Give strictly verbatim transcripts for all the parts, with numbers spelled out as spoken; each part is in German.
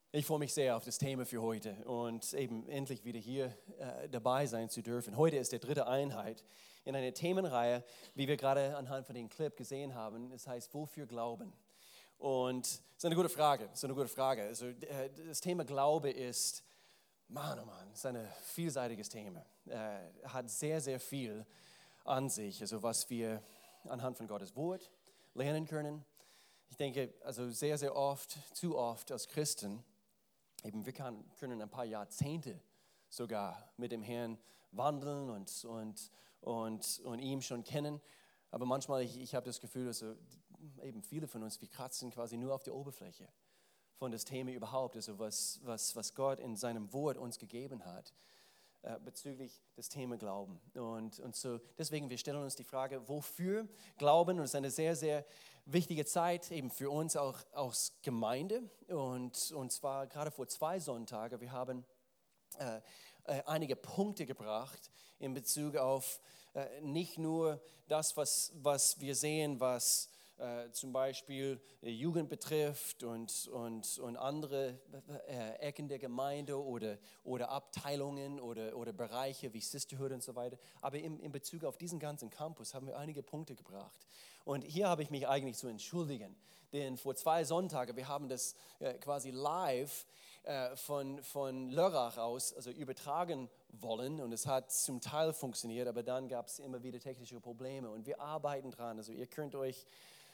Ich freue mich sehr auf das Thema für heute und eben endlich wieder hier äh, dabei sein zu dürfen. Heute ist der dritte Einheit in einer Themenreihe, wie wir gerade anhand von dem Clip gesehen haben. Es heißt, wofür Glauben? Und das ist eine gute Frage. Das ist eine gute Frage. Also äh, das Thema Glaube ist, Mann, oh Mann, ist ein vielseitiges Thema. Äh, hat sehr, sehr viel an sich, also was wir anhand von Gottes Wort lernen können. Ich denke, also sehr, sehr oft, zu oft als Christen, eben wir kann, können ein paar Jahrzehnte sogar mit dem Herrn wandeln und, und, und, und ihn schon kennen. Aber manchmal, ich, ich habe das Gefühl, also eben viele von uns, wir kratzen quasi nur auf der Oberfläche von das Thema überhaupt, also was, was, was Gott in seinem Wort uns gegeben hat äh, bezüglich des Thema Glauben. Und, und so deswegen, wir stellen uns die Frage, wofür Glauben? Und es ist eine sehr, sehr wichtige Zeit eben für uns auch als Gemeinde. Und, und zwar gerade vor zwei Sonntagen, wir haben äh, äh, einige Punkte gebracht in Bezug auf äh, nicht nur das, was, was wir sehen, was Äh, zum Beispiel Jugend betrifft und, und, und andere äh, Ecken der Gemeinde oder, oder Abteilungen oder, oder Bereiche wie Sisterhood und so weiter. Aber in, in Bezug auf diesen ganzen Campus haben wir einige Punkte gebracht. Und hier habe ich mich eigentlich zu entschuldigen, denn vor zwei Sonntagen, wir haben das äh, quasi live äh, von, von Lörrach aus also übertragen wollen und es hat zum Teil funktioniert, aber dann gab es immer wieder technische Probleme und wir arbeiten dran. Also ihr könnt euch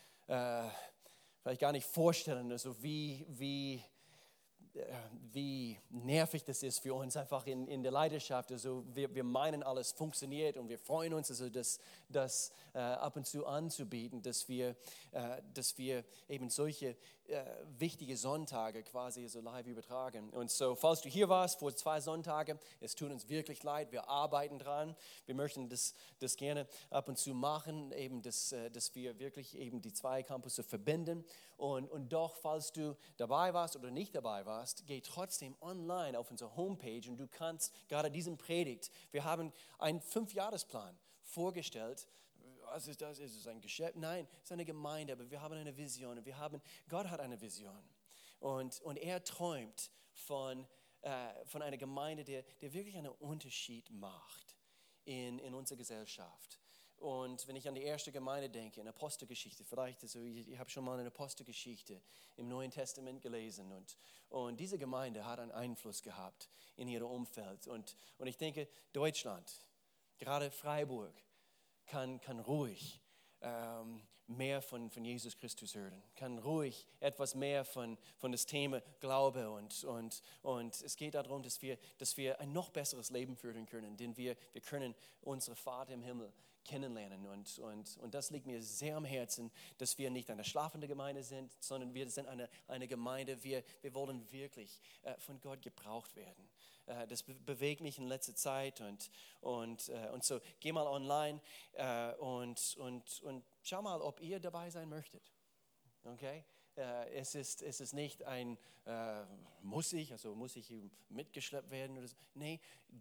Äh, vielleicht gar nicht vorstellen, also wie, wie, äh, wie nervig das ist für uns einfach in, in der Leidenschaft. Also wir, wir meinen, alles funktioniert und wir freuen uns, also das, das äh, ab und zu anzubieten, dass wir, äh, dass wir eben solche äh, wichtige Sonntage quasi so live übertragen. Und so, falls du hier warst vor zwei Sonntagen, es tut uns wirklich leid, wir arbeiten dran. Wir möchten das, das gerne ab und zu machen, eben das, äh, dass wir wirklich eben die zwei Campus verbinden. Und, und doch, falls du dabei warst oder nicht dabei warst, geh trotzdem online auf unsere Homepage und du kannst gerade diesen Predigt, wir haben einen Fünfjahresplan vorgestellt. Was ist das? Ist es ein Geschäft? Nein, es ist eine Gemeinde, aber wir haben eine Vision. Wir haben, Gott hat eine Vision. Und, und er träumt von, äh, von einer Gemeinde, die der wirklich einen Unterschied macht in, in unserer Gesellschaft. Und wenn ich an die erste Gemeinde denke, in Apostelgeschichte, vielleicht, also ich, ich habe schon mal eine Apostelgeschichte im Neuen Testament gelesen und, und diese Gemeinde hat einen Einfluss gehabt in ihrem Umfeld. Und, und ich denke, Deutschland, gerade Freiburg, kann, kann ruhig ähm, mehr von, von Jesus Christus hören, kann ruhig etwas mehr von, von das Thema Glaube und, und, und es geht darum, dass wir, dass wir ein noch besseres Leben führen können, denn wir, wir können unseren Vater im Himmel kennenlernen und, und, und das liegt mir sehr am Herzen, dass wir nicht eine schlafende Gemeinde sind, sondern wir sind eine, eine Gemeinde, wir, wir wollen wirklich äh, von Gott gebraucht werden. Äh, das be- bewegt mich in letzter Zeit und, und, äh, und so geh mal online äh, und, und, und schau mal, ob ihr dabei sein möchtet. Okay? Äh, es, ist, es ist nicht ein, äh, muss ich, also muss ich mitgeschleppt werden oder so. Nee,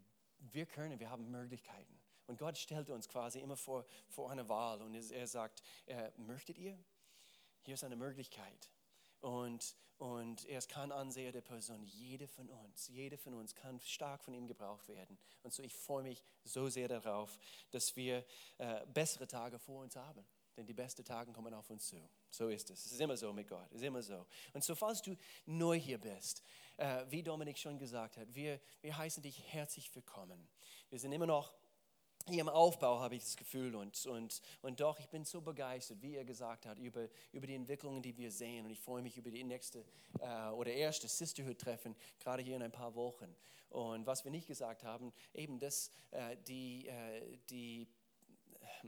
wir können, wir haben Möglichkeiten. Und Gott stellt uns quasi immer vor, vor eine Wahl und er sagt, äh, möchtet ihr? Hier ist eine Möglichkeit. Und, und er ist kein Anseher der Person. Jede von uns, jede von uns kann stark von ihm gebraucht werden. Und so ich freue mich so sehr darauf, dass wir äh, bessere Tage vor uns haben. Denn die besten Tage kommen auf uns zu. So ist es. Es ist immer so mit Gott. Es ist immer so. Und so, falls du neu hier bist, äh, wie Dominik schon gesagt hat, wir, wir heißen dich herzlich willkommen. Wir sind immer noch hier im Aufbau, habe ich das Gefühl. Und, und, und doch, ich bin so begeistert, wie er gesagt hat, über, über die Entwicklungen, die wir sehen. Und ich freue mich über die nächste äh, oder erste Sisterhood-Treffen, gerade hier in ein paar Wochen. Und was wir nicht gesagt haben, eben, dass äh, die, äh, die äh,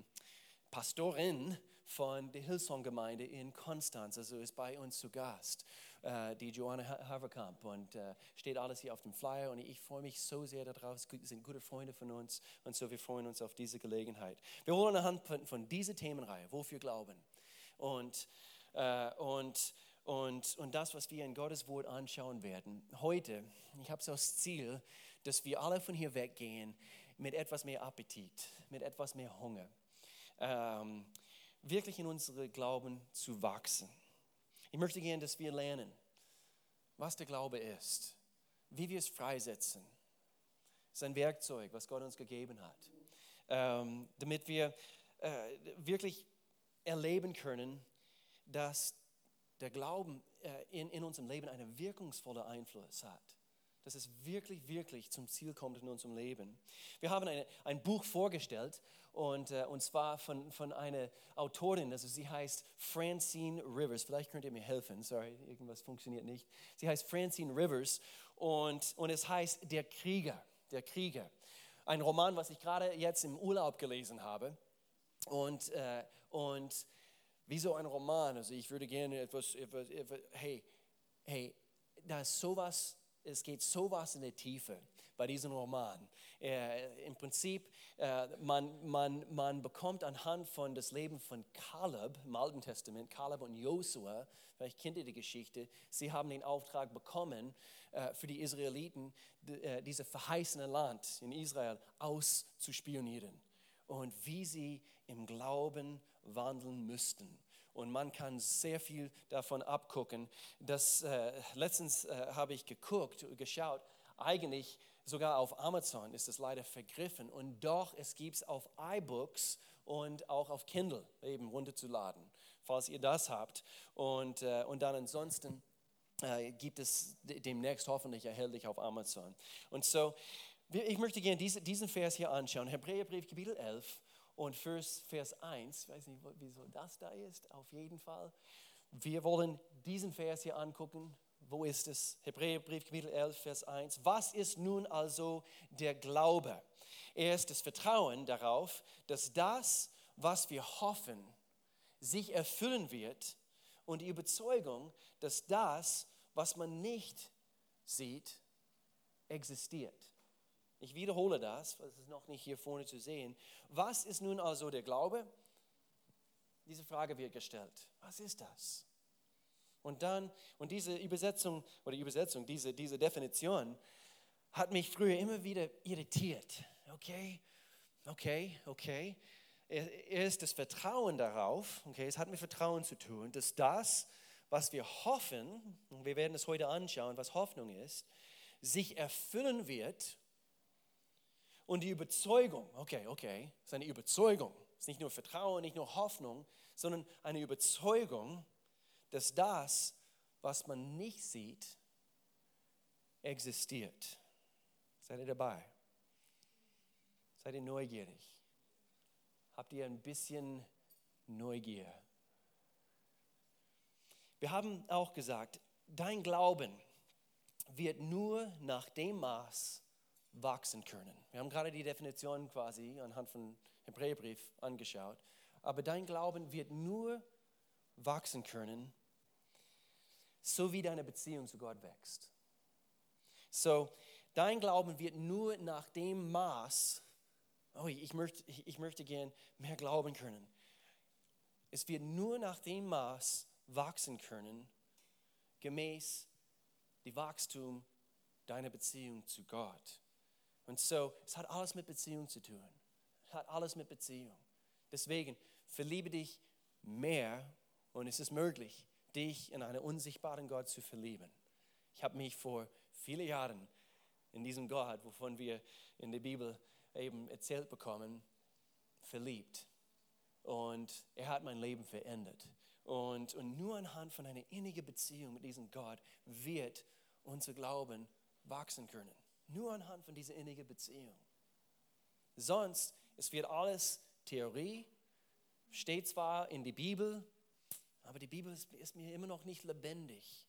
Pastorin von der Hillsong-Gemeinde in Konstanz, also ist bei uns zu Gast, äh, die Joanna Haverkamp, und äh, steht alles hier auf dem Flyer und ich freue mich so sehr darauf, es sind gute Freunde von uns und so wir freuen uns auf diese Gelegenheit. Wir wollen anhand von, von dieser Themenreihe, wofür Glauben und, äh, und, und, und das, was wir in Gottes Wort anschauen werden, heute, ich habe so das Ziel, dass wir alle von hier weggehen mit etwas mehr Appetit, mit etwas mehr Hunger. Ähm, wirklich in unsere Glauben zu wachsen. Ich möchte gerne, dass wir lernen, was der Glaube ist, wie wir es freisetzen. Es ist ein Werkzeug, was Gott uns gegeben hat, ähm, damit wir äh, wirklich erleben können, dass der Glauben äh, in, in unserem Leben einen wirkungsvollen Einfluss hat. Dass es wirklich, wirklich zum Ziel kommt in unserem Leben. Wir haben eine, ein Buch vorgestellt und, äh, und zwar von, von einer Autorin, also sie heißt Francine Rivers. Vielleicht könnt ihr mir helfen, sorry, irgendwas funktioniert nicht. Sie heißt Francine Rivers und, und es heißt Der Krieger, der Krieger. Ein Roman, was ich gerade jetzt im Urlaub gelesen habe und, äh, und wie so ein Roman, also ich würde gerne etwas, etwas, etwas hey, hey, da ist sowas. Es geht sowas in der Tiefe bei diesem Roman. Äh, Im Prinzip, äh, man, man, man bekommt anhand von das Leben von Kaleb im Alten Testament, Kaleb und Josua, vielleicht kennt ihr die Geschichte, sie haben den Auftrag bekommen, äh, für die Israeliten d- äh, dieses verheißene Land in Israel auszuspionieren und wie sie im Glauben wandeln müssten. Und man kann sehr viel davon abgucken. Das, äh, letztens äh, habe ich geguckt, geschaut, eigentlich sogar auf Amazon ist es leider vergriffen. Und doch, es gibt es auf iBooks und auch auf Kindle eben runterzuladen, falls ihr das habt. Und, äh, und dann ansonsten äh, gibt es demnächst hoffentlich erhältlich auf Amazon. Und so, ich möchte gerne diese, diesen Vers hier anschauen, Hebräerbrief Kapitel elf. Und Vers, Vers eins, ich weiß nicht, wieso das da ist, auf jeden Fall. Wir wollen diesen Vers hier angucken. Wo ist es? Hebräerbrief, Kapitel elf, Vers eins. Was ist nun also der Glaube? Er ist das Vertrauen darauf, dass das, was wir hoffen, sich erfüllen wird und die Überzeugung, dass das, was man nicht sieht, existiert. Ich wiederhole das, das ist noch nicht hier vorne zu sehen. Was ist nun also der Glaube? Diese Frage wird gestellt. Was ist das? Und dann, und diese Übersetzung, oder Übersetzung, diese, diese Definition hat mich früher immer wieder irritiert. Okay, okay, okay. Er ist das Vertrauen darauf, okay, es hat mit Vertrauen zu tun, dass das, was wir hoffen, und wir werden es heute anschauen, was Hoffnung ist, sich erfüllen wird. Und die Überzeugung, okay, okay, es ist eine Überzeugung, es ist nicht nur Vertrauen, nicht nur Hoffnung, sondern eine Überzeugung, dass das, was man nicht sieht, existiert. Seid ihr dabei? Seid ihr neugierig? Habt ihr ein bisschen Neugier? Wir haben auch gesagt, dein Glauben wird nur nach dem Maß wachsen können. Wir haben gerade die Definition quasi anhand von Hebräerbrief angeschaut. Aber dein Glauben wird nur wachsen können, so wie deine Beziehung zu Gott wächst. So, dein Glauben wird nur nach dem Maß, oh, ich möchte, ich möchte gern mehr glauben können. Es wird nur nach dem Maß wachsen können, gemäß dem Wachstum deiner Beziehung zu Gott. Und so, es hat alles mit Beziehung zu tun. Es hat alles mit Beziehung. Deswegen, verliebe dich mehr und es ist möglich, dich in einen unsichtbaren Gott zu verlieben. Ich habe mich vor vielen Jahren in diesem Gott, wovon wir in der Bibel eben erzählt bekommen, verliebt. Und er hat mein Leben verändert. Und, und nur anhand von einer innigen Beziehung mit diesem Gott wird unser Glauben wachsen können. Nur anhand von dieser innigen Beziehung. Sonst, es wird alles Theorie, steht zwar in der Bibel, aber die Bibel ist, ist mir immer noch nicht lebendig.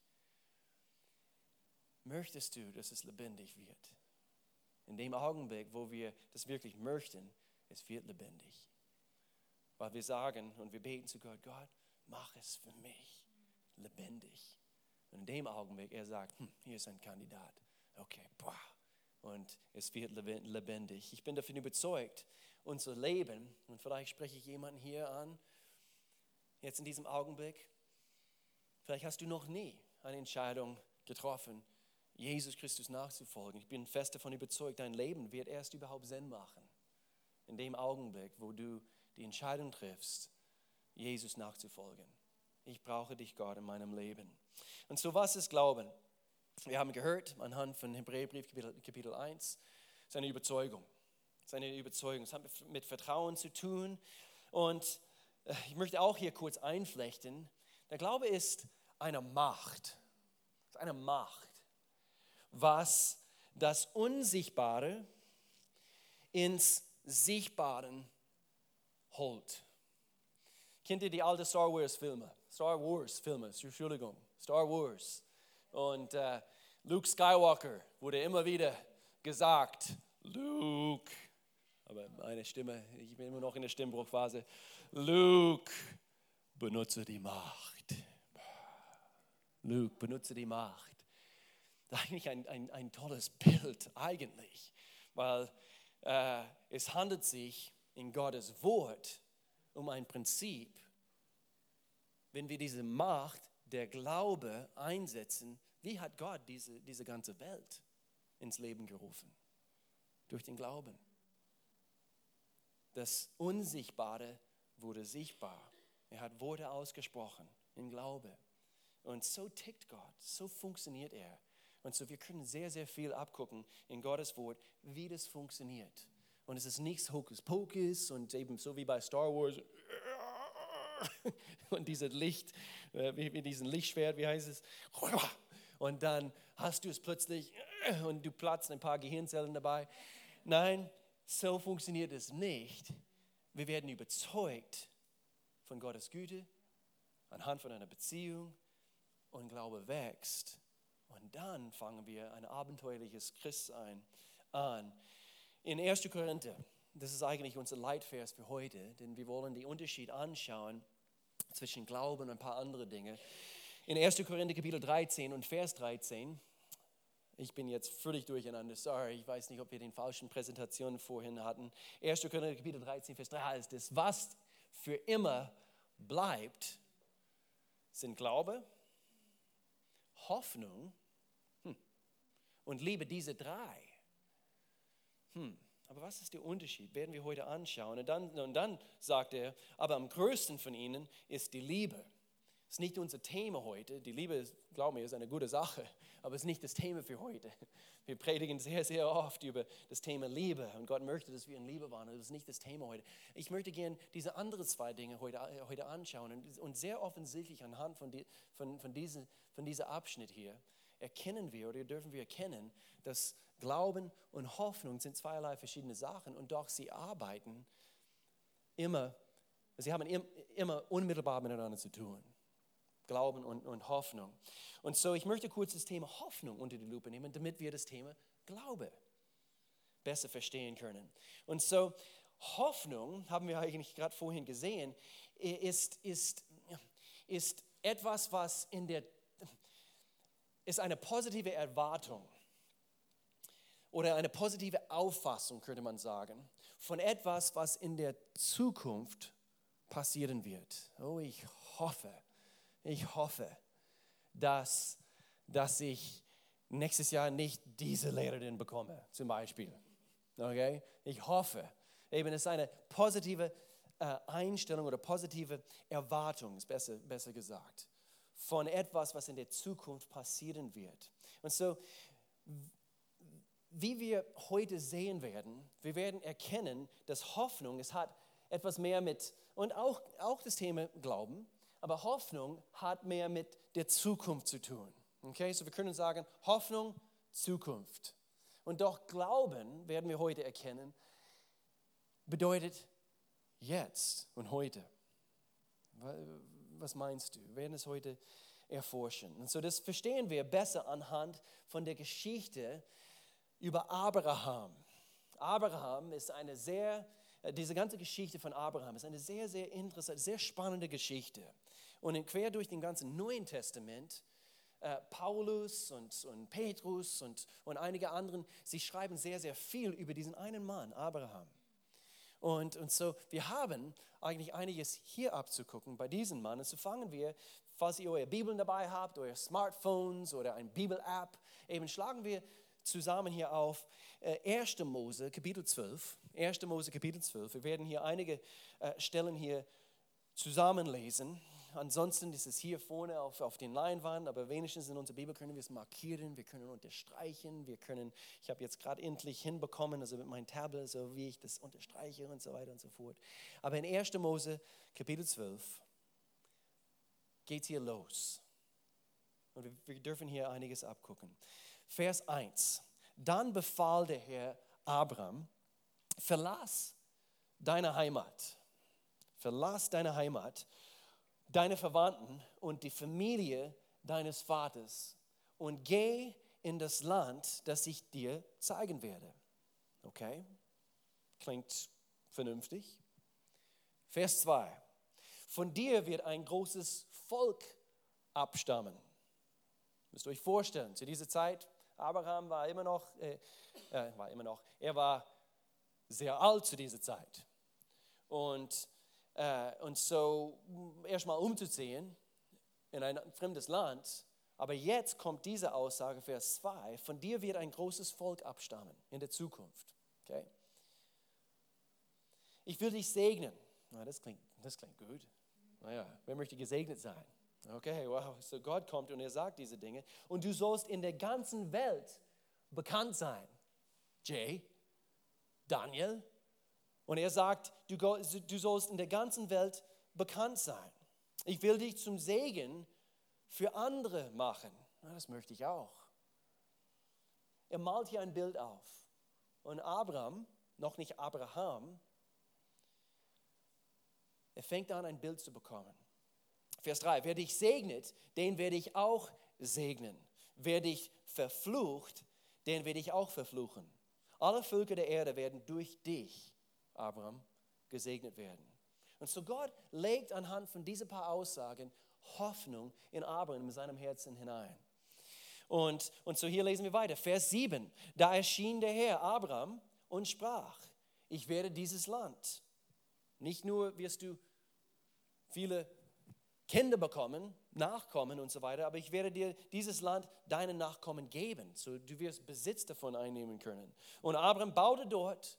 Möchtest du, dass es lebendig wird? In dem Augenblick, wo wir das wirklich möchten, es wird lebendig. Weil wir sagen und wir beten zu Gott, Gott, mach es für mich lebendig. Und in dem Augenblick, er sagt, hm, hier ist ein Kandidat. Okay, boah. Und es wird lebendig. Ich bin davon überzeugt, unser Leben, und vielleicht spreche ich jemanden hier an, jetzt in diesem Augenblick, vielleicht hast du noch nie eine Entscheidung getroffen, Jesus Christus nachzufolgen. Ich bin fest davon überzeugt, dein Leben wird erst überhaupt Sinn machen. In dem Augenblick, wo du die Entscheidung triffst, Jesus nachzufolgen. Ich brauche dich, Gott, in meinem Leben. Und so, was ist Glauben? Wir haben gehört, anhand von Hebräerbrief Kapitel, Kapitel eins, seine Überzeugung. Seine Überzeugung. Es hat mit Vertrauen zu tun. Und ich möchte auch hier kurz einflechten. Der Glaube ist eine Macht. Ist eine Macht, was das Unsichtbare ins Sichtbare holt. Kennt ihr die alten Star Wars Filme? Star Wars Filme, Entschuldigung, Star Wars. Und äh, Luke Skywalker wurde immer wieder gesagt, Luke, aber meine Stimme, ich bin immer noch in der Stimmbruchphase, Luke, benutze die Macht. Luke, benutze die Macht. Das ist eigentlich ein, ein, ein tolles Bild, eigentlich, weil äh, es handelt sich in Gottes Wort um ein Prinzip. Wenn wir diese Macht der Glaube einsetzen, wie hat Gott diese, diese ganze Welt ins Leben gerufen? Durch den Glauben. Das Unsichtbare wurde sichtbar. Er hat Worte ausgesprochen im Glaube. Und so tickt Gott, so funktioniert er. Und so wir können sehr, sehr viel abgucken in Gottes Wort, wie das funktioniert. Und es ist nichts Hokuspokus und eben so wie bei Star Wars und dieses Licht, wie, wie diesen Lichtschwert, wie heißt es? Und dann hast du es plötzlich und du platzt ein paar Gehirnzellen dabei. Nein, so funktioniert es nicht. Wir werden überzeugt von Gottes Güte anhand von einer Beziehung und Glaube wächst. Und dann fangen wir ein abenteuerliches Christsein an. In erster Korinther, das ist eigentlich unser Leitvers für heute, denn wir wollen den Unterschied anschauen zwischen Glauben und ein paar andere Dinge. In erster Korinther Kapitel dreizehn und Vers dreizehn, ich bin jetzt völlig durcheinander, sorry, ich weiß nicht, ob wir den falschen Präsentationen vorhin hatten. erster Korinther Kapitel dreizehn, Vers drei heißt es, was für immer bleibt, sind Glaube, Hoffnung hm, und Liebe, diese drei. Hm, aber was ist der Unterschied? Werden wir heute anschauen. Und dann, und dann sagt er, aber am größten von ihnen ist die Liebe. Das ist nicht unser Thema heute. Die Liebe, glaub mir, ist eine gute Sache, aber es ist nicht das Thema für heute. Wir predigen sehr, sehr oft über das Thema Liebe und Gott möchte, dass wir in Liebe waren. Das ist nicht das Thema heute. Ich möchte gerne diese anderen zwei Dinge heute, heute anschauen und, und sehr offensichtlich anhand von, die, von, von, diesem, von diesem Abschnitt hier erkennen wir oder dürfen wir erkennen, dass Glauben und Hoffnung sind zweierlei verschiedene Sachen und doch sie arbeiten immer, sie haben immer unmittelbar miteinander zu tun. Glauben und, und Hoffnung. Und so, ich möchte kurz das Thema Hoffnung unter die Lupe nehmen, damit wir das Thema Glaube besser verstehen können. Und so, Hoffnung, haben wir eigentlich gerade vorhin gesehen, ist, ist, ist etwas, was in der, ist eine positive Erwartung oder eine positive Auffassung, könnte man sagen, von etwas, was in der Zukunft passieren wird. Oh, ich hoffe, Ich hoffe, dass, dass ich nächstes Jahr nicht diese Lehrerin bekomme, zum Beispiel. Okay? Ich hoffe, eben es ist eine positive äh, Einstellung oder positive Erwartung, ist besser, besser gesagt, von etwas, was in der Zukunft passieren wird. Und so, wie wir heute sehen werden, wir werden erkennen, dass Hoffnung, es hat etwas mehr mit, und auch, auch das Thema Glauben, aber Hoffnung hat mehr mit der Zukunft zu tun. Okay, so wir können sagen, Hoffnung, Zukunft. Und doch Glauben, werden wir heute erkennen, bedeutet jetzt und heute. Was meinst du? Wir werden es heute erforschen. Und so das verstehen wir besser anhand von der Geschichte über Abraham. Abraham ist eine sehr, diese ganze Geschichte von Abraham ist eine sehr, sehr interessante, sehr spannende Geschichte. Und quer durch den ganzen Neuen Testament, äh, Paulus und, und Petrus und, und einige anderen, sie schreiben sehr, sehr viel über diesen einen Mann, Abraham. Und, und so, wir haben eigentlich einiges hier abzugucken bei diesem Mann. Und so fangen wir, falls ihr eure Bibeln dabei habt, eure Smartphones oder eine Bibel-App, eben schlagen wir zusammen hier auf äh, erster Mose, Kapitel zwölf. erster Mose, Kapitel zwölf. Wir werden hier einige äh, Stellen hier zusammenlesen. ansonsten ist es hier vorne auf, auf den Leinwand, aber wenigstens in unserer Bibel können wir es markieren, wir können unterstreichen, wir können, ich habe jetzt gerade endlich hinbekommen, also mit meinem Tablet, so wie ich das unterstreiche und so weiter und so fort. Aber in erster Mose Kapitel zwölf geht es hier los. Und wir, wir dürfen hier einiges abgucken. Vers eins. Dann befahl der Herr Abram, verlass deine Heimat, verlass deine Heimat, deine Verwandten und die Familie deines Vaters und geh in das Land, das ich dir zeigen werde. Okay? Klingt vernünftig. Vers zwei. Von dir wird ein großes Volk abstammen. Müsst ihr euch vorstellen, zu dieser Zeit, Abraham war immer noch, äh, äh, war immer noch, er war sehr alt zu dieser Zeit. Und, äh, und so erstmal umzuziehen in ein fremdes Land. Aber jetzt kommt diese Aussage, Vers zwei, von dir wird ein großes Volk abstammen in der Zukunft. Okay? Ich will dich segnen. Na, das klingt, das klingt gut. Naja, wer möchte gesegnet sein? Okay, wow, so Gott kommt und er sagt diese Dinge. Und du sollst in der ganzen Welt bekannt sein. Jay, Daniel. Und er sagt, du, du sollst in der ganzen Welt bekannt sein. Ich will dich zum Segen für andere machen. Na, das möchte ich auch. Er malt hier ein Bild auf. Und Abraham, noch nicht Abraham, er fängt an, ein Bild zu bekommen. Vers drei, wer dich segnet, den werde ich auch segnen. Wer dich verflucht, den werde ich auch verfluchen. Alle Völker der Erde werden durch dich, Abraham, gesegnet werden. Und so Gott legt anhand von diesen paar Aussagen Hoffnung in Abraham, in seinem Herzen hinein. Und, und so hier lesen wir weiter, Vers sieben. Da erschien der Herr Abraham und sprach, ich werde dieses Land, nicht nur wirst du viele Kinder bekommen, Nachkommen und so weiter, aber ich werde dir dieses Land deinen Nachkommen geben, so du wirst Besitz davon einnehmen können. Und Abraham baute dort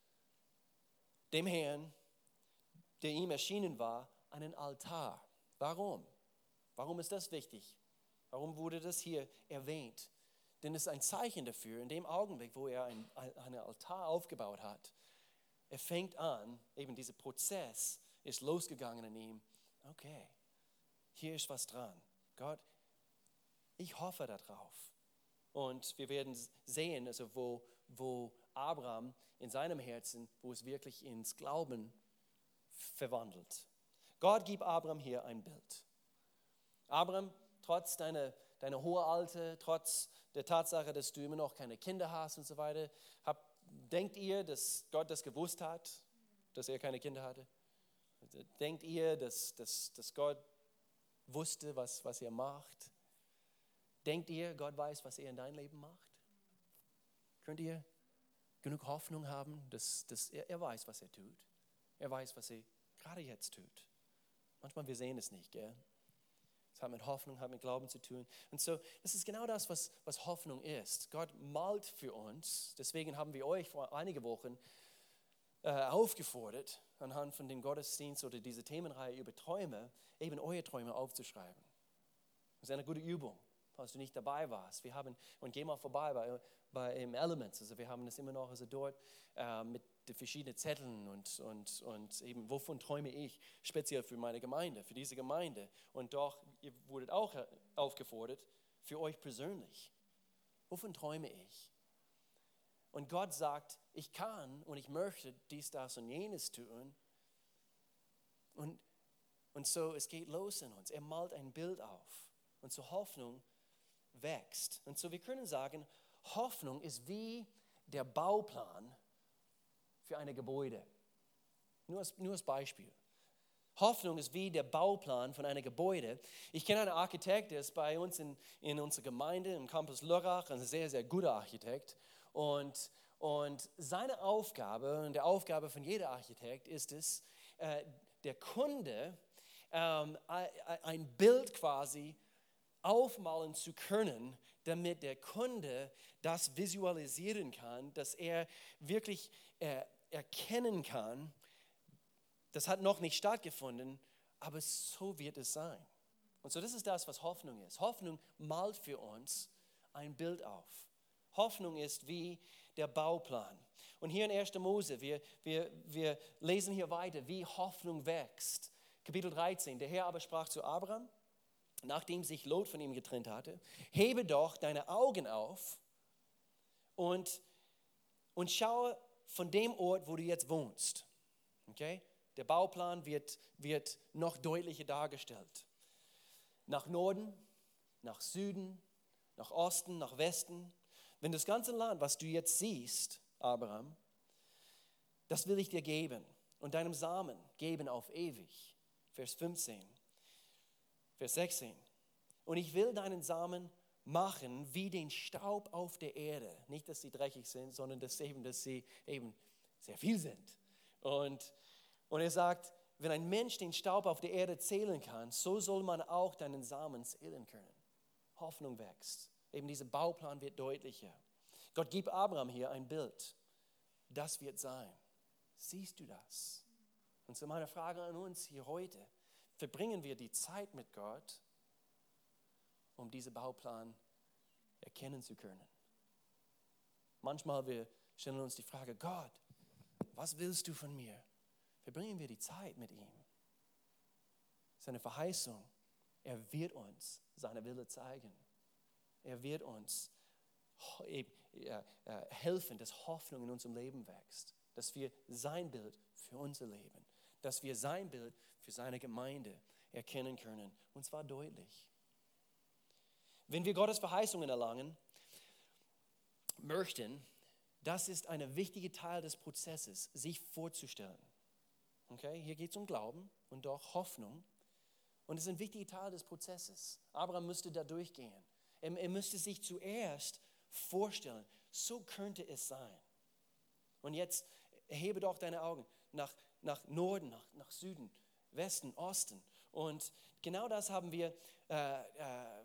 dem Herrn, der ihm erschienen war, einen Altar. Warum? Warum ist das wichtig? Warum wurde das hier erwähnt? Denn es ist ein Zeichen dafür, in dem Augenblick, wo er ein, einen Altar aufgebaut hat, er fängt an, eben dieser Prozess ist losgegangen in ihm. Okay, hier ist was dran. Gott, ich hoffe darauf. Und wir werden sehen, also wo, wo Abraham in seinem Herzen, wo es wirklich ins Glauben verwandelt. Gott gibt Abraham hier ein Bild. Abraham, trotz deiner, deiner hohen Alter, trotz der Tatsache, dass du immer noch keine Kinder hast und so weiter, hab, denkt ihr, dass Gott das gewusst hat, dass er keine Kinder hatte? Denkt ihr, dass, dass, dass Gott wusste, was, was er macht? Denkt ihr, Gott weiß, was er in deinem Leben macht? Könnt ihr genug Hoffnung haben, dass, dass er, er weiß, was er tut? Er weiß, was er gerade jetzt tut. Manchmal wir sehen es nicht, gell? Es hat mit Hoffnung, hat mit Glauben zu tun. Und so, das ist genau das, was, was Hoffnung ist. Gott malt für uns. Deswegen haben wir euch vor einigen Wochen äh, aufgefordert, anhand von dem Gottesdienst oder dieser Themenreihe über Träume, eben eure Träume aufzuschreiben. Das ist eine gute Übung, falls du nicht dabei warst. Wir haben, und geh mal vorbei bei, bei im Elements, also wir haben das immer noch also dort äh, mit den verschiedenen Zetteln und, und, und eben, wovon träume ich, speziell für meine Gemeinde, für diese Gemeinde. Und doch, ihr wurdet auch aufgefordert, für euch persönlich. Wovon träume ich? Und Gott sagt, ich kann und ich möchte dies, das und jenes tun. Und, und so, es geht los in uns. Er malt ein Bild auf. Und so Hoffnung wächst. Und so, wir können sagen, Hoffnung ist wie der Bauplan für ein Gebäude. Nur als, nur als Beispiel. Hoffnung ist wie der Bauplan von einem Gebäude. Ich kenne einen Architekt, der ist bei uns in, in unserer Gemeinde, im Campus Lörrach, ein sehr, sehr guter Architekt. Und, und seine Aufgabe und der Aufgabe von jeder Architekt ist es, äh, der Kunde ähm, ein Bild quasi aufmalen zu können, damit der Kunde das visualisieren kann, dass er wirklich äh, erkennen kann, das hat noch nicht stattgefunden, aber so wird es sein. Und so, das ist das, was Hoffnung ist. Hoffnung malt für uns ein Bild auf. Hoffnung ist wie der Bauplan. Und hier in erster Mose, wir, wir, wir lesen hier weiter, wie Hoffnung wächst. Kapitel dreizehn, der Herr aber sprach zu Abraham, nachdem sich Lot von ihm getrennt hatte, hebe doch deine Augen auf und, und schaue von dem Ort, wo du jetzt wohnst. Okay? Der Bauplan wird, wird noch deutlicher dargestellt. Nach Norden, nach Süden, nach Osten, nach Westen. Wenn das ganze Land, was du jetzt siehst, Abraham, das will ich dir geben und deinem Samen geben auf ewig. Vers fünfzehn, Vers sechzehn. Und ich will deinen Samen machen wie den Staub auf der Erde. Nicht, dass sie dreckig sind, sondern dass, eben, dass sie eben sehr viel sind. Und, und er sagt, wenn ein Mensch den Staub auf der Erde zählen kann, so soll man auch deinen Samen zählen können. Hoffnung wächst. Eben dieser Bauplan wird deutlicher. Gott gibt Abraham hier ein Bild. Das wird sein. Siehst du das? Und so meine Frage an uns hier heute. Verbringen wir die Zeit mit Gott, um diesen Bauplan erkennen zu können? Manchmal wir stellen uns die Frage, Gott, was willst du von mir? Verbringen wir die Zeit mit ihm. Seine Verheißung, er wird uns seine Wille zeigen. Er wird uns helfen, dass Hoffnung in unserem Leben wächst. Dass wir sein Bild für unser Leben, dass wir sein Bild für seine Gemeinde erkennen können. Und zwar deutlich. Wenn wir Gottes Verheißungen erlangen möchten, das ist ein wichtiger Teil des Prozesses, sich vorzustellen. Okay? Hier geht es um Glauben und doch Hoffnung. Und es ist ein wichtiger Teil des Prozesses. Abraham müsste da durchgehen. Er, er müsste sich zuerst vorstellen, so könnte es sein. Und jetzt erhebe doch deine Augen nach, nach Norden, nach, nach Süden, Westen, Osten. Und genau das haben wir, äh, äh,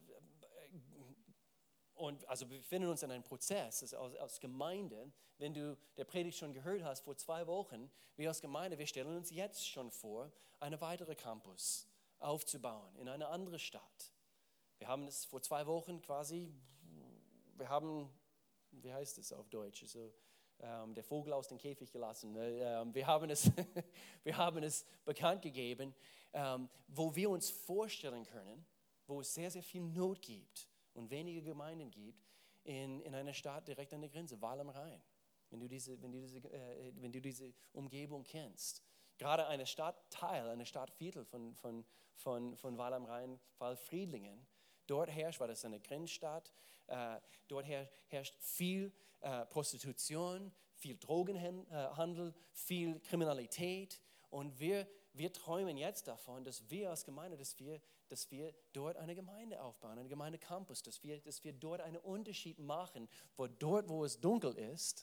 und also wir befinden uns in einem Prozess also als, als Gemeinde. Wenn du der Predigt schon gehört hast vor zwei Wochen, wir als Gemeinde, wir stellen uns jetzt schon vor, einen weiteren Campus aufzubauen in eine andere Stadt. Wir haben es vor zwei Wochen quasi, wir haben, wie heißt es auf Deutsch, also, ähm, der Vogel aus dem Käfig gelassen. Ähm, wir, haben es, wir haben es bekannt gegeben, ähm, wo wir uns vorstellen können, wo es sehr, sehr viel Not gibt und wenige Gemeinden gibt, in, in einer Stadt direkt an der Grenze, Weil am Rhein, wenn du diese, wenn du diese, äh, wenn du diese Umgebung kennst. Gerade eine Stadtteil, eine Stadtviertel von, von, von, von Weil am Rhein, Waldfriedlingen, dort herrscht, weil das eine Grenzstadt, äh, dort her, herrscht viel äh, Prostitution, viel Drogenhandel, viel Kriminalität. Und wir, wir träumen jetzt davon, dass wir als Gemeinde, dass wir, dass wir dort eine Gemeinde aufbauen, eine Gemeindecampus, dass wir, dass wir dort einen Unterschied machen, wo dort, wo es dunkel ist,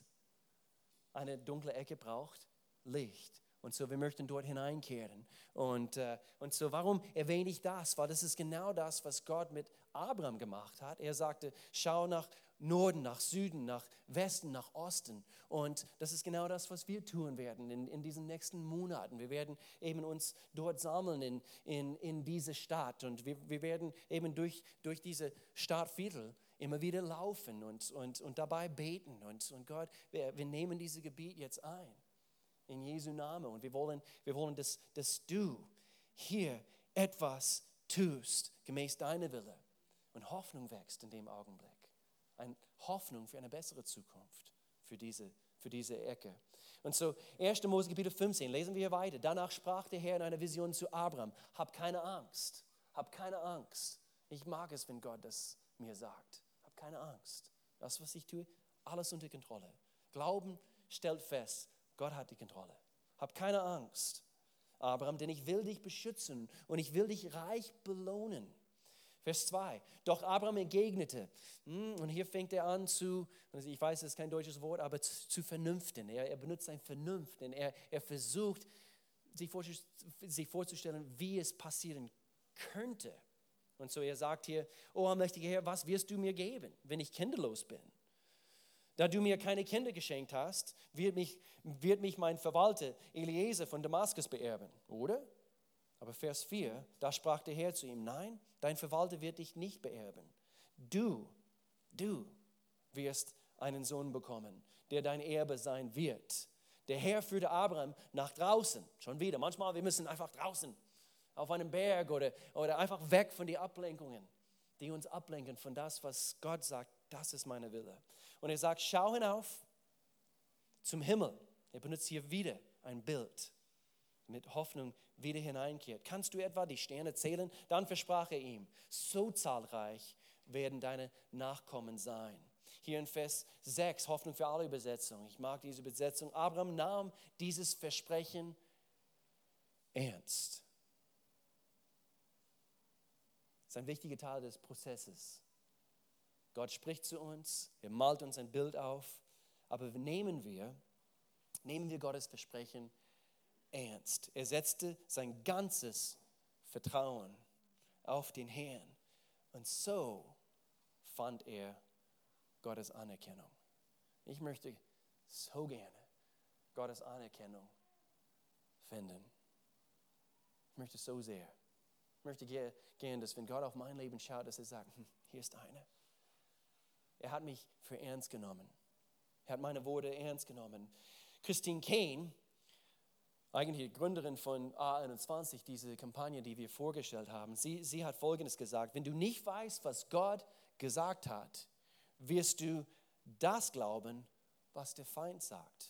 eine dunkle Ecke braucht Licht. Und so, wir möchten dort hineinkehren. Und, äh, und so, warum erwähne ich das? Weil das ist genau das, was Gott mit Abraham gemacht hat. Er sagte, schau nach Norden, nach Süden, nach Westen, nach Osten. Und das ist genau das, was wir tun werden in, in diesen nächsten Monaten. Wir werden eben uns dort sammeln in, in, in diese Stadt. Und wir, wir werden eben durch, durch diese Stadtviertel immer wieder laufen und, und, und dabei beten. Und, und Gott, wir, wir nehmen dieses Gebiet jetzt ein. In Jesu Namen. Und wir wollen, wir wollen dass, dass du hier etwas tust, gemäß deiner Wille. Und Hoffnung wächst in dem Augenblick. Eine Hoffnung für eine bessere Zukunft für diese, für diese Ecke. Und so, erster Mose Kapitel fünfzehn, lesen wir hier weiter. Danach sprach der Herr in einer Vision zu Abraham, hab keine Angst, hab keine Angst. Ich mag es, wenn Gott das mir sagt. Hab keine Angst. Das, was ich tue, alles unter Kontrolle. Glauben stellt fest, Gott hat die Kontrolle. Hab keine Angst, Abraham, denn ich will dich beschützen und ich will dich reich belohnen. Vers zwei. Doch Abraham entgegnete, und hier fängt er an zu, ich weiß, das ist kein deutsches Wort, aber zu, zu vernünften. Er, er benutzt sein Vernunft, denn er, er versucht, sich, vor, sich vorzustellen, wie es passieren könnte. Und so er sagt hier, oh allmächtiger Herr, was wirst du mir geben, wenn ich kinderlos bin? Da du mir keine Kinder geschenkt hast, wird mich, wird mich mein Verwalter Eliezer von Damaskus beerben, oder? Aber Vers vier, da sprach der Herr zu ihm, nein, dein Verwalter wird dich nicht beerben. Du, du wirst einen Sohn bekommen, der dein Erbe sein wird. Der Herr führte Abraham nach draußen, schon wieder. Manchmal, wir müssen einfach draußen, auf einem Berg oder, oder einfach weg von den Ablenkungen, die uns ablenken von das, was Gott sagt, das ist meine Wille. Und er sagt, schau hinauf zum Himmel. Er benutzt hier wieder ein Bild, mit Hoffnung wieder hineinkehrt. Kannst du etwa die Sterne zählen? Dann versprach er ihm, so zahlreich werden deine Nachkommen sein. Hier in Vers sechs, Hoffnung für alle Übersetzungen. Ich mag diese Übersetzung. Abraham nahm dieses Versprechen ernst. Das ist ein wichtiger Teil des Prozesses. Gott spricht zu uns, er malt uns ein Bild auf, aber nehmen wir, nehmen wir Gottes Versprechen ernst. Er setzte sein ganzes Vertrauen auf den Herrn und so fand er Gottes Anerkennung. Ich möchte so gerne Gottes Anerkennung finden. Ich möchte so sehr. Ich möchte gerne, dass wenn Gott auf mein Leben schaut, dass er sagt, hm, hier ist einer. Er hat mich für ernst genommen. Er hat meine Worte ernst genommen. Christine Caine, eigentlich Gründerin von A einundzwanzig, diese Kampagne, die wir vorgestellt haben, sie, sie hat Folgendes gesagt: Wenn du nicht weißt, was Gott gesagt hat, wirst du das glauben, was der Feind sagt.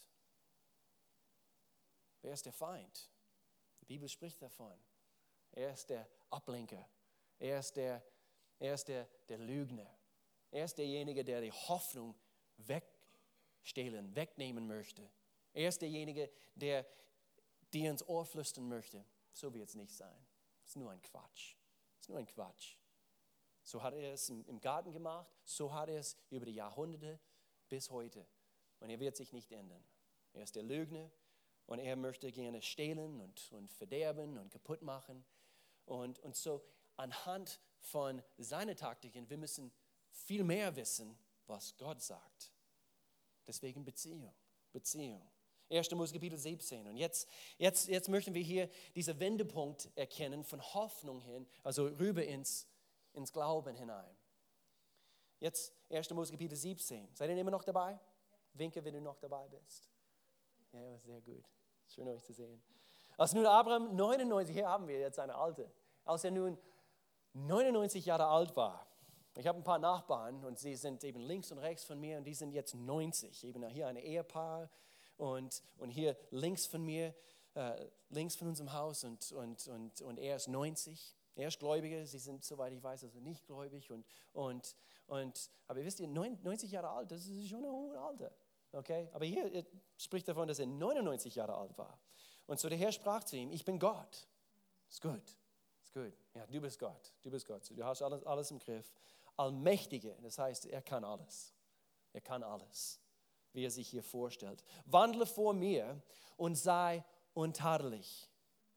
Wer ist der Feind? Die Bibel spricht davon. Er ist der Ablenker. Er ist der, er ist der, der Lügner. Er ist derjenige, der die Hoffnung wegstehlen, wegnehmen möchte. Er ist derjenige, der dir ins Ohr flüstern möchte. So wird es nicht sein. Es ist nur ein Quatsch. Es ist nur ein Quatsch. So hat er es im Garten gemacht, so hat er es über die Jahrhunderte bis heute. Und er wird sich nicht ändern. Er ist der Lügner und er möchte gerne stehlen und, und verderben und kaputt machen. Und, und so anhand von seinen Taktiken, wir müssen viel mehr wissen, was Gott sagt. Deswegen Beziehung, Beziehung. erster Mose Kapitel siebzehn. Und jetzt, jetzt, jetzt möchten wir hier diesen Wendepunkt erkennen von Hoffnung hin, also rüber ins ins Glauben hinein. Jetzt erster Mose Kapitel siebzehn. Seid ihr immer noch dabei? Winke, wenn du noch dabei bist. Ja, sehr gut. Schön, euch zu sehen. Als nun Abraham neunundneunzig, hier haben wir jetzt eine alte, als er nun neunundneunzig Jahre alt war. Ich habe ein paar Nachbarn und sie sind eben links und rechts von mir und die sind jetzt neunzig. Eben hier ein Ehepaar und, und hier links von mir, äh, links von unserem Haus und, und, und, und er ist neunzig. Er ist Gläubiger, sie sind, soweit ich weiß, also nicht gläubig. Und, und, und, aber wisst ihr, neunzig Jahre alt, das ist schon ein hohes Alter. Okay? Aber hier er spricht davon, dass er neunundneunzig Jahre alt war. Und so der Herr sprach zu ihm, ich bin Gott. Ist gut, ist gut. Ja, du bist Gott, du bist Gott. Du hast alles, alles im Griff. Allmächtige, das heißt, er kann alles. Er kann alles, wie er sich hier vorstellt. Wandle vor mir und sei untadelig.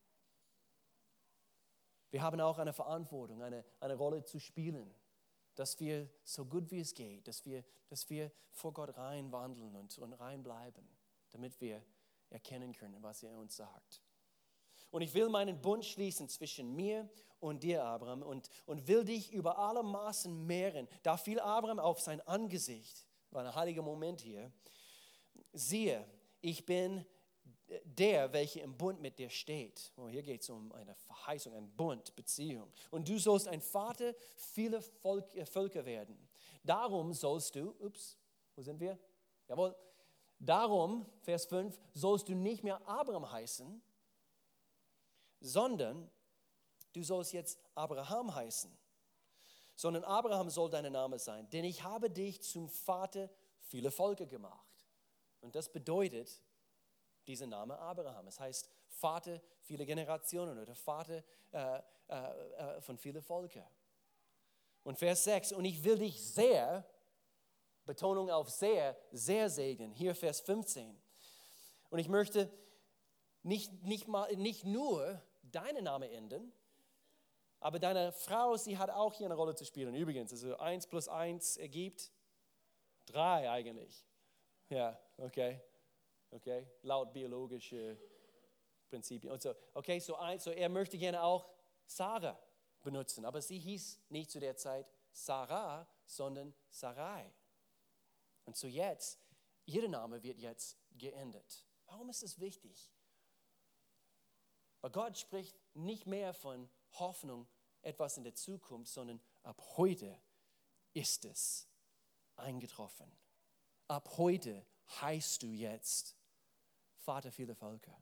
Wir haben auch eine Verantwortung, eine, eine Rolle zu spielen, dass wir so gut wie es geht, dass wir, dass wir vor Gott rein wandeln und, und rein bleiben, damit wir erkennen können, was er uns sagt. Und ich will meinen Bund schließen zwischen mir und dir, Abraham, und, und will dich über alle Maßen mehren. Da fiel Abraham auf sein Angesicht, war ein heiliger Moment hier. Siehe, ich bin der, welcher im Bund mit dir steht. Oh, hier geht es um eine Verheißung, ein Bund, Beziehung. Und du sollst ein Vater vieler Volk, äh, Völker werden. Darum sollst du, ups, wo sind wir? Jawohl. Darum, Vers fünf, sollst du nicht mehr Abraham heißen, sondern du sollst jetzt Abraham heißen. Sondern Abraham soll dein Name sein, denn ich habe dich zum Vater vieler Völker gemacht. Und das bedeutet, dieser Name Abraham. Es heißt Vater vieler Generationen oder Vater äh, äh, von vielen Völkern. Und Vers sechs, und ich will dich sehr, Betonung auf sehr, sehr segnen. Hier Vers fünfzehn. Und ich möchte nicht, nicht, mal, nicht nur deinen Namen ändern, aber deine Frau, sie hat auch hier eine Rolle zu spielen. Übrigens, also eins plus eins ergibt drei eigentlich. Ja, okay. Okay, laut biologischer Prinzipien. Und so, okay, so, ein, so er möchte gerne auch Sarah benutzen, aber sie hieß nicht zu der Zeit Sarah, sondern Sarai. Und so jetzt, ihr Name wird jetzt geändert. Warum ist das wichtig? Weil Gott spricht nicht mehr von Hoffnung, etwas in der Zukunft, sondern ab heute ist es eingetroffen. Ab heute heißt du jetzt Vater vieler Völker.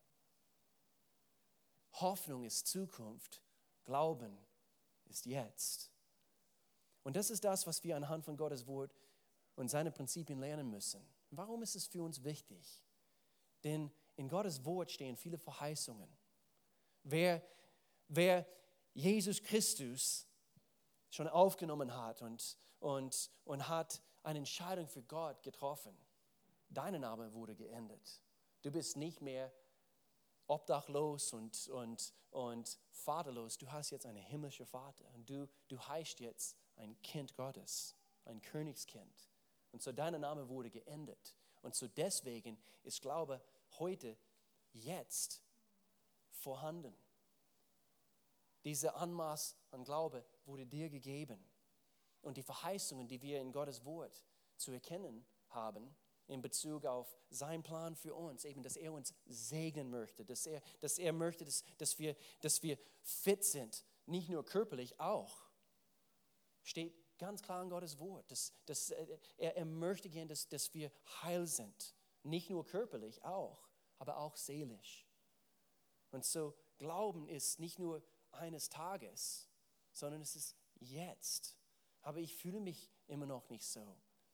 Hoffnung ist Zukunft, Glauben ist jetzt. Und das ist das, was wir anhand von Gottes Wort und seine Prinzipien lernen müssen. Warum ist es für uns wichtig? Denn in Gottes Wort stehen viele Verheißungen. Wer, wer Jesus Christus schon aufgenommen hat und, und, und hat eine Entscheidung für Gott getroffen, dein Name wurde geändert. Du bist nicht mehr obdachlos und, und, und vaterlos. Du hast jetzt einen himmlischen Vater und du, du heißt jetzt ein Kind Gottes, ein Königskind. Und so dein Name wurde geändert. Und so deswegen ist Glaube heute, jetzt vorhanden. Dieser Anmaß an Glaube wurde dir gegeben. Und die Verheißungen, die wir in Gottes Wort zu erkennen haben, in Bezug auf seinen Plan für uns, eben, dass er uns segnen möchte, dass er, dass er möchte, dass, dass, wir, dass wir fit sind, nicht nur körperlich, auch, steht ganz klar in Gottes Wort. Dass, dass er, er möchte gerne, dass, dass wir heil sind, nicht nur körperlich, auch, aber auch seelisch. Und so Glauben ist nicht nur eines Tages, sondern es ist jetzt. Aber ich fühle mich immer noch nicht so.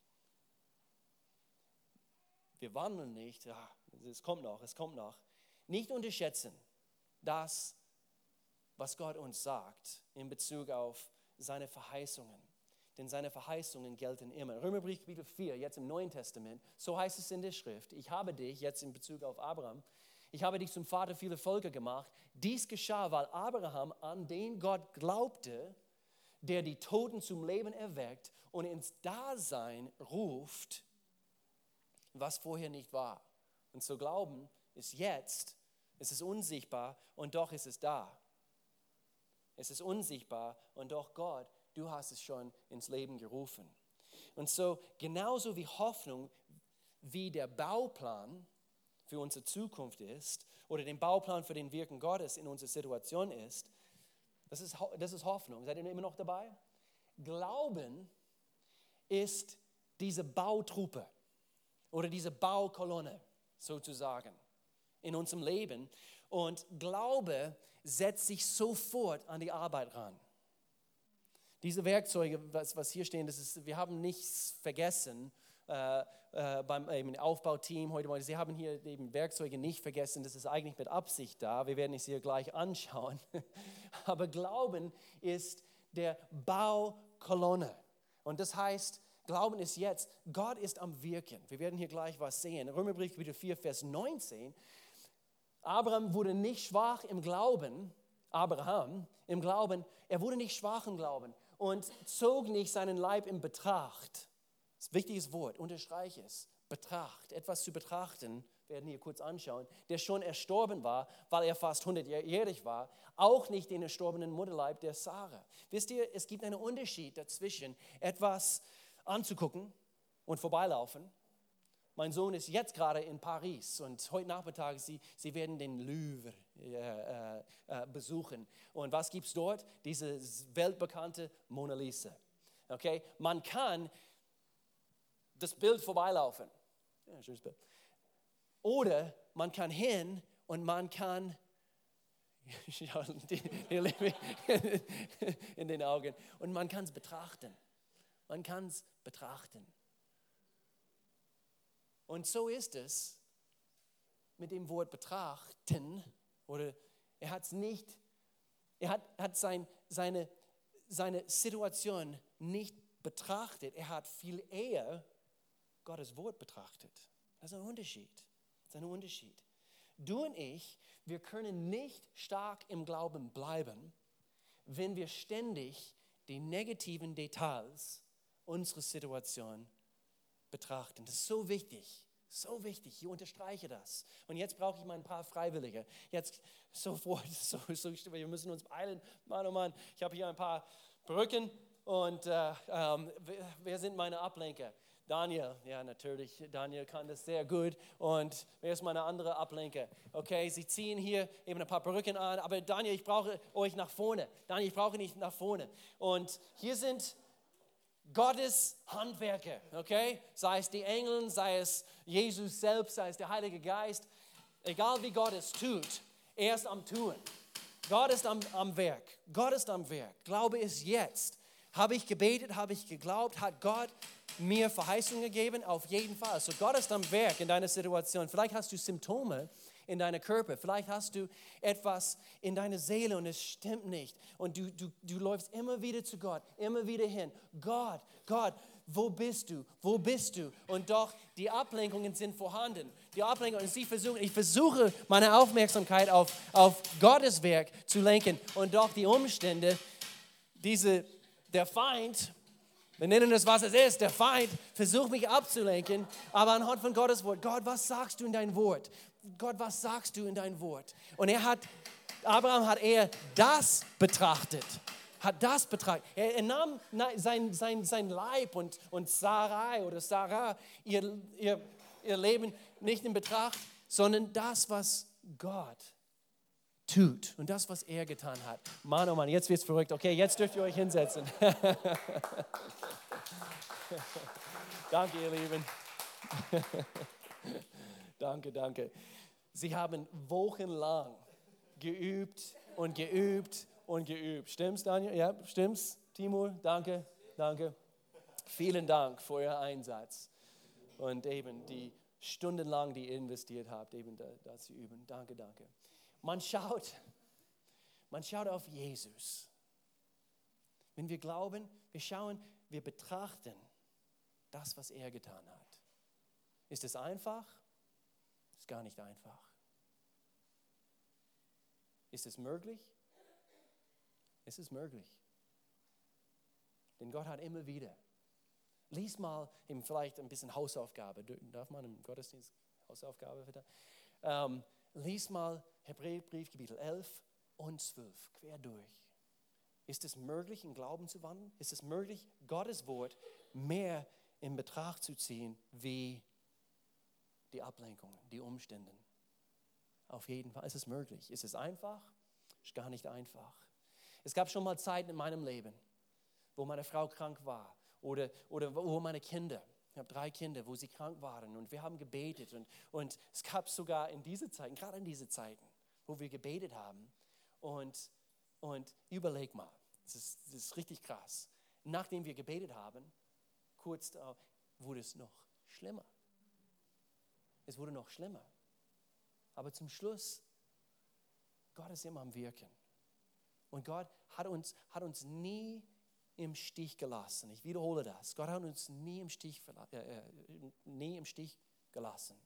Wir wandeln nicht, ja, es kommt noch, es kommt noch. Nicht unterschätzen das, was Gott uns sagt in Bezug auf seine Verheißungen. Denn seine Verheißungen gelten immer. Römerbrief Kapitel vier, jetzt im Neuen Testament, so heißt es in der Schrift, ich habe dich, jetzt in Bezug auf Abraham, ich habe dich zum Vater vieler Völker gemacht. Dies geschah, weil Abraham an den Gott glaubte, der die Toten zum Leben erweckt und ins Dasein ruft, was vorher nicht war. Und zu glauben ist jetzt, es ist unsichtbar und doch ist es da. Es ist unsichtbar und doch Gott, du hast es schon ins Leben gerufen. Und so genauso wie Hoffnung, wie der Bauplan für unsere Zukunft ist oder den Bauplan für den Wirken Gottes in unserer Situation ist, das ist, das ist Hoffnung. Seid ihr immer noch dabei? Glauben ist diese Bautruppe oder diese Baukolonne sozusagen in unserem Leben. Und Glaube setzt sich sofort an die Arbeit ran. Diese Werkzeuge, was, was hier stehen, das ist, wir haben nichts vergessen äh, äh, beim eben Aufbauteam heute Morgen. Sie haben hier eben Werkzeuge nicht vergessen, das ist eigentlich mit Absicht da. Wir werden es hier gleich anschauen. Aber Glauben ist der Baukolonne. Und das heißt, Glauben ist jetzt, Gott ist am Wirken. Wir werden hier gleich was sehen. Römerbrief Kapitel vier, Vers neunzehn. Abraham wurde nicht schwach im Glauben, Abraham im Glauben, er wurde nicht schwach im Glauben und zog nicht seinen Leib in Betracht. Das ist ein wichtiges Wort, unterstreiche es. Betracht, etwas zu betrachten, werden wir hier kurz anschauen, der schon erstorben war, weil er fast hundertjährig war, auch nicht den erstorbenen Mutterleib der Sarah. Wisst ihr, es gibt einen Unterschied dazwischen, etwas anzugucken und vorbeilaufen. Mein Sohn ist jetzt gerade in Paris und heute Nachmittag, sie, sie werden den Louvre äh, äh, besuchen. Und was gibt es dort? Diese weltbekannte Mona Lisa. Okay? Man kann das Bild vorbeilaufen. Ja, schönes Bild. Oder man kann hin und man kann in den Augen und man kann es betrachten. Man kann es betrachten. Und so ist es mit dem Wort betrachten, oder er hat es nicht, er hat, hat sein, seine, seine Situation nicht betrachtet, er hat viel eher Gottes Wort betrachtet. Das ist ein Unterschied. Das ist ein Unterschied. Du und ich, wir können nicht stark im Glauben bleiben, wenn wir ständig die negativen Details unserer Situation betrachten. Das ist so wichtig. So wichtig, ich unterstreiche das. Und jetzt brauche ich mal ein paar Freiwillige. Jetzt sofort, so, so, wir müssen uns beeilen. Mann, oh Mann, ich habe hier ein paar Brücken und äh, ähm, wer, wer sind meine Ablenker? Daniel, ja natürlich, Daniel kann das sehr gut. Und wer ist meine andere Ablenker? Okay, sie ziehen hier eben ein paar Perücken an, aber Daniel, ich brauche euch nach vorne. Daniel, ich brauche nicht nach vorne. Und hier sind Gottes Handwerker, okay? Sei es die Engel, sei es Jesus selbst, sei es der Heilige Geist. Egal wie Gott es tut, er ist am Tun. Gott ist am, am Werk. Gott ist am Werk. Glaube es jetzt. Habe ich gebetet, habe ich geglaubt, hat Gott mir Verheißungen gegeben? Auf jeden Fall. So Gott ist am Werk in deiner Situation. Vielleicht hast du Symptome in deinem Körper. Vielleicht hast du etwas in deiner Seele und es stimmt nicht. Und du, du, du läufst immer wieder zu Gott, immer wieder hin. Gott, Gott, wo bist du? Wo bist du? Und doch, die Ablenkungen sind vorhanden. Die Ablenkungen, sie versuchen, ich versuche, meine Aufmerksamkeit auf, auf Gottes Werk zu lenken. Und doch die Umstände, diese, der Feind, wir nennen es, was es ist, der Feind versucht mich abzulenken, aber anhand von Gottes Wort. Gott, was sagst du in dein Wort? Gott, was sagst du in dein Wort? Und er hat, Abraham hat er das betrachtet. Hat das betrachtet. Er, er nahm sein, sein, sein Leib und, und Sarai oder Sarah, ihr, ihr, ihr Leben nicht in Betracht, sondern das, was Gott tut und das, was er getan hat. Mann, oh Mann, jetzt wird es verrückt. Okay, jetzt dürft ihr euch hinsetzen. Danke, ihr Lieben. Danke, danke. Sie haben wochenlang geübt und geübt und geübt. Stimmt's, Daniel? Ja, stimmt's, Timur? Danke, danke. Vielen Dank für euren Einsatz und eben die stundenlang, die ihr investiert habt, eben da, da zu üben. Danke, danke. Man schaut, man schaut auf Jesus. Wenn wir glauben, wir schauen, wir betrachten das, was er getan hat. Ist es einfach? Ist gar nicht einfach. Ist es möglich? Es ist möglich. Denn Gott hat immer wieder. Lies mal eben vielleicht ein bisschen Hausaufgabe. Darf man im Gottesdienst Hausaufgabe bitte? Ähm, lies mal Hebräerbrief, Kapitel elf und zwölf, quer durch. Ist es möglich, in Glauben zu wandeln? Ist es möglich, Gottes Wort mehr in Betracht zu ziehen, wie die Ablenkungen, die Umstände? Auf jeden Fall ist es möglich. Ist es einfach? Ist gar nicht einfach. Es gab schon mal Zeiten in meinem Leben, wo meine Frau krank war oder, oder wo meine Kinder, ich habe drei Kinder, wo sie krank waren und wir haben gebetet und, und es gab sogar in diese Zeiten, gerade in diese Zeiten, wo wir gebetet haben und, und überleg mal, das ist, das ist richtig krass, nachdem wir gebetet haben, kurz darauf wurde es noch schlimmer. Es wurde noch schlimmer. Aber zum Schluss, Gott ist immer am Wirken. Und Gott hat uns, hat uns nie im Stich gelassen. Ich wiederhole das. Gott hat uns nie im Stich, äh, nie im Stich gelassen.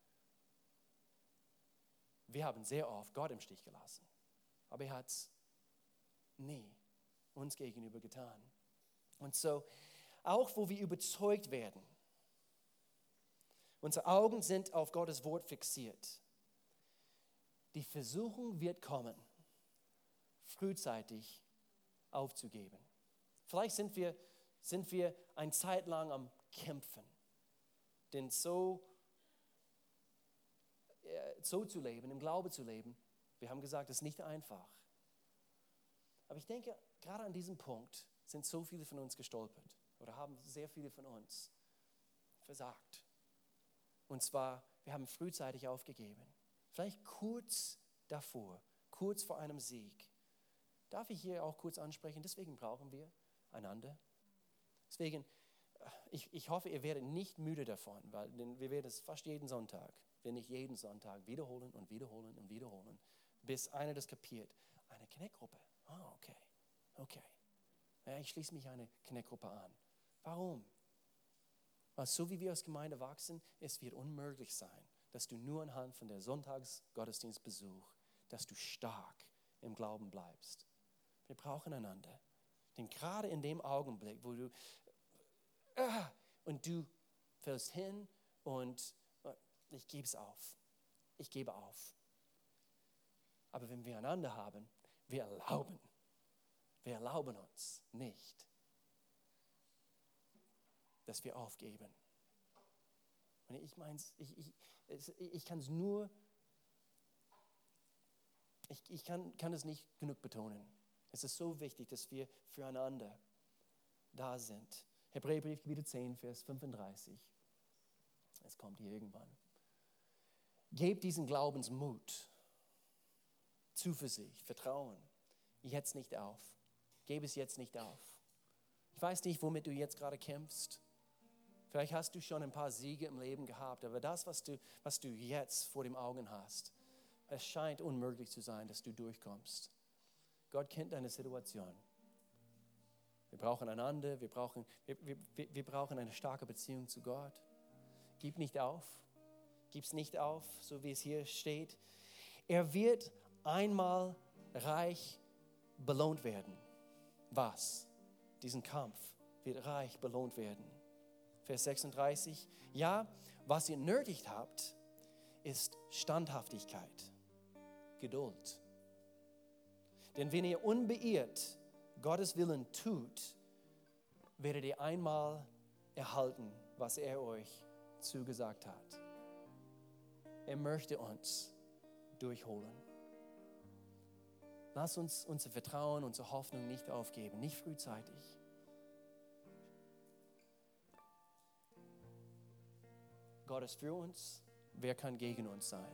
Wir haben sehr oft Gott im Stich gelassen. Aber er hat es nie uns gegenüber getan. Und so, auch wo wir überzeugt werden, unsere Augen sind auf Gottes Wort fixiert. Die Versuchung wird kommen, frühzeitig aufzugeben. Vielleicht sind wir, sind wir eine Zeit lang am Kämpfen. Denn so, äh, so zu leben, im Glaube zu leben, wir haben gesagt, ist nicht einfach. Aber ich denke, gerade an diesem Punkt sind so viele von uns gestolpert oder haben sehr viele von uns versagt. Und zwar, wir haben frühzeitig aufgegeben. Vielleicht kurz davor, kurz vor einem Sieg. Darf ich hier auch kurz ansprechen? Deswegen brauchen wir einander. Deswegen, ich, ich hoffe, ihr werdet nicht müde davon, weil wir werden es fast jeden Sonntag, wenn nicht jeden Sonntag, wiederholen und wiederholen und wiederholen, bis einer das kapiert. Eine Connect-Gruppe. Ah, okay, okay. Ja, ich schließe mich einer Connect-Gruppe an. Warum? Weil so wie wir als Gemeinde wachsen, es wird unmöglich sein, dass du nur anhand von der Sonntags-Gottesdienstbesuch, dass du stark im Glauben bleibst. Wir brauchen einander. Denn gerade in dem Augenblick, wo du äh, und du fällst hin und ich gebe es auf. Ich gebe auf. Aber wenn wir einander haben, wir erlauben, wir erlauben uns nicht, dass wir aufgeben. Und ich meine, ich, ich, ich kann es nur, ich, ich kann, kann es nicht genug betonen. Es ist so wichtig, dass wir füreinander da sind. Hebräerbrief, Kapitel zehn, Vers fünfunddreißig. Es kommt hier irgendwann. Gebt diesen Glaubensmut, Zuversicht, Vertrauen jetzt nicht auf. Gebe es jetzt nicht auf. Ich weiß nicht, womit du jetzt gerade kämpfst. Vielleicht hast du schon ein paar Siege im Leben gehabt, aber das, was du, was du jetzt vor den Augen hast, es scheint unmöglich zu sein, dass du durchkommst. Gott kennt deine Situation. Wir brauchen einander, wir brauchen, wir, wir, wir brauchen eine starke Beziehung zu Gott. Gib nicht auf, gib es nicht auf, so wie es hier steht. Er wird einmal reich belohnt werden. Was? Diesen Kampf wird reich belohnt werden. Vers sechsunddreißig. Ja, was ihr nötig habt, ist Standhaftigkeit, Geduld. Denn wenn ihr unbeirrt Gottes Willen tut, werdet ihr einmal erhalten, was er euch zugesagt hat. Er möchte uns durchholen. Lass uns unser Vertrauen, unsere Hoffnung nicht aufgeben, nicht frühzeitig. Gott ist für uns, wer kann gegen uns sein?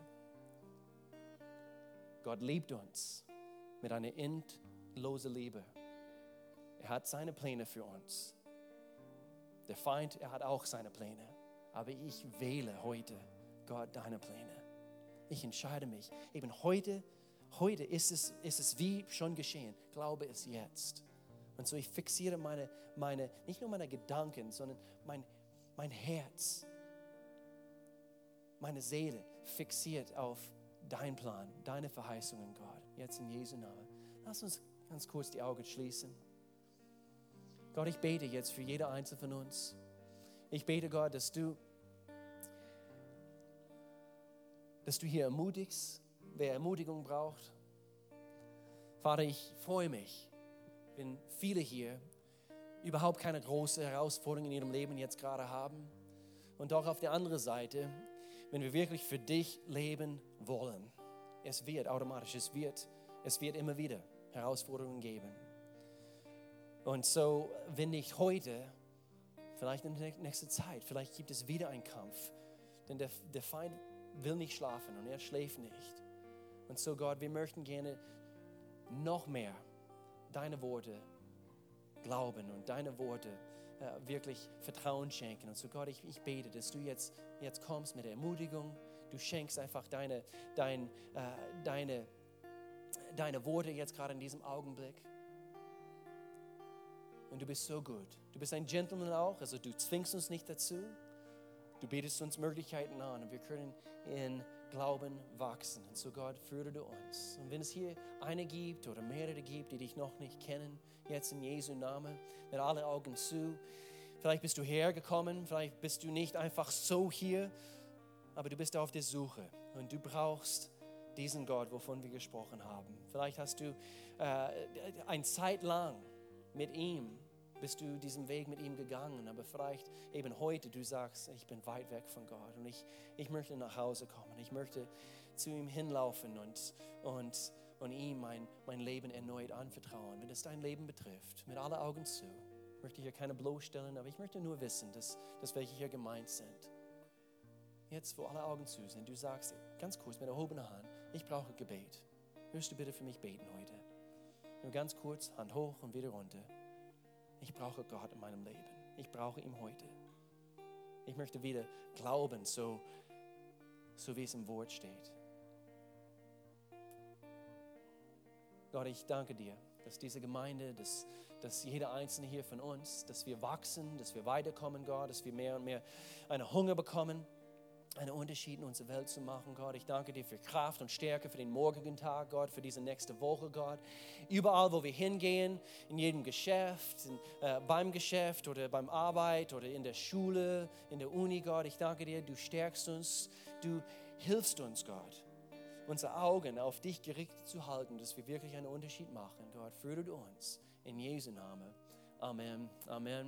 Gott liebt uns mit einer endlosen Liebe. Er hat seine Pläne für uns. Der Feind, er hat auch seine Pläne. Aber ich wähle heute, Gott, deine Pläne. Ich entscheide mich. Eben heute, heute ist es, ist es wie schon geschehen. Glaube es jetzt. Und so ich fixiere meine, meine nicht nur meine Gedanken, sondern mein, mein Herz, meine Seele fixiert auf dein Plan, deine Verheißungen, Gott. Jetzt in Jesu Namen. Lass uns ganz kurz die Augen schließen. Gott, ich bete jetzt für jede Einzelne von uns. Ich bete, Gott, dass du, dass du hier ermutigst, wer Ermutigung braucht. Vater, ich freue mich, wenn viele hier überhaupt keine große Herausforderung in ihrem Leben jetzt gerade haben. Und doch auf der anderen Seite, wenn wir wirklich für dich leben wollen, es wird automatisch, es wird, es wird immer wieder Herausforderungen geben. Und so, wenn nicht heute, vielleicht in der nächsten Zeit, vielleicht gibt es wieder einen Kampf. Denn der, der Feind will nicht schlafen und er schläft nicht. Und so, Gott, wir möchten gerne noch mehr deine Worte glauben und deine Worte äh, wirklich Vertrauen schenken. Und so, Gott, ich, ich bete, dass du jetzt, jetzt kommst mit der Ermutigung. Du schenkst einfach deine, dein, äh, deine, deine Worte jetzt gerade in diesem Augenblick. Und du bist so gut. Du bist ein Gentleman auch, also du zwingst uns nicht dazu. Du bietest uns Möglichkeiten an und wir können in Glauben wachsen. Und so, Gott, führe du uns. Und wenn es hier eine gibt oder mehrere gibt, die dich noch nicht kennen, jetzt in Jesu Namen, mit allen Augen zu. Vielleicht bist du hergekommen, vielleicht bist du nicht einfach so hier, aber du bist auf der Suche und du brauchst diesen Gott, wovon wir gesprochen haben. Vielleicht hast du äh, eine Zeit lang mit ihm, bist du diesen Weg mit ihm gegangen, aber vielleicht eben heute, du sagst, ich bin weit weg von Gott und ich, ich möchte nach Hause kommen. Ich möchte zu ihm hinlaufen und, und, und ihm mein, mein Leben erneut anvertrauen. Wenn es dein Leben betrifft, mit allen Augen zu, möchte ich hier keine bloßstellen, aber ich möchte nur wissen, dass, dass welche hier gemeint sind. Jetzt, wo alle Augen zu sind, du sagst ganz kurz mit erhobener Hand, ich brauche Gebet. Würdest du bitte für mich beten heute? Nur ganz kurz, Hand hoch und wieder runter. Ich brauche Gott in meinem Leben. Ich brauche ihn heute. Ich möchte wieder glauben, so, so wie es im Wort steht. Gott, ich danke dir, dass diese Gemeinde, dass, dass jeder Einzelne hier von uns, dass wir wachsen, dass wir weiterkommen, Gott, dass wir mehr und mehr einen Hunger bekommen einen Unterschied in unserer Welt zu machen, Gott. Ich danke dir für Kraft und Stärke für den morgigen Tag, Gott, für diese nächste Woche, Gott. Überall, wo wir hingehen, in jedem Geschäft, in, äh, beim Geschäft oder beim Arbeit oder in der Schule, in der Uni, Gott. Ich danke dir, du stärkst uns, du hilfst uns, Gott, unsere Augen auf dich gerichtet zu halten, dass wir wirklich einen Unterschied machen. Gott, führe du uns in Jesu Namen. Amen. Amen.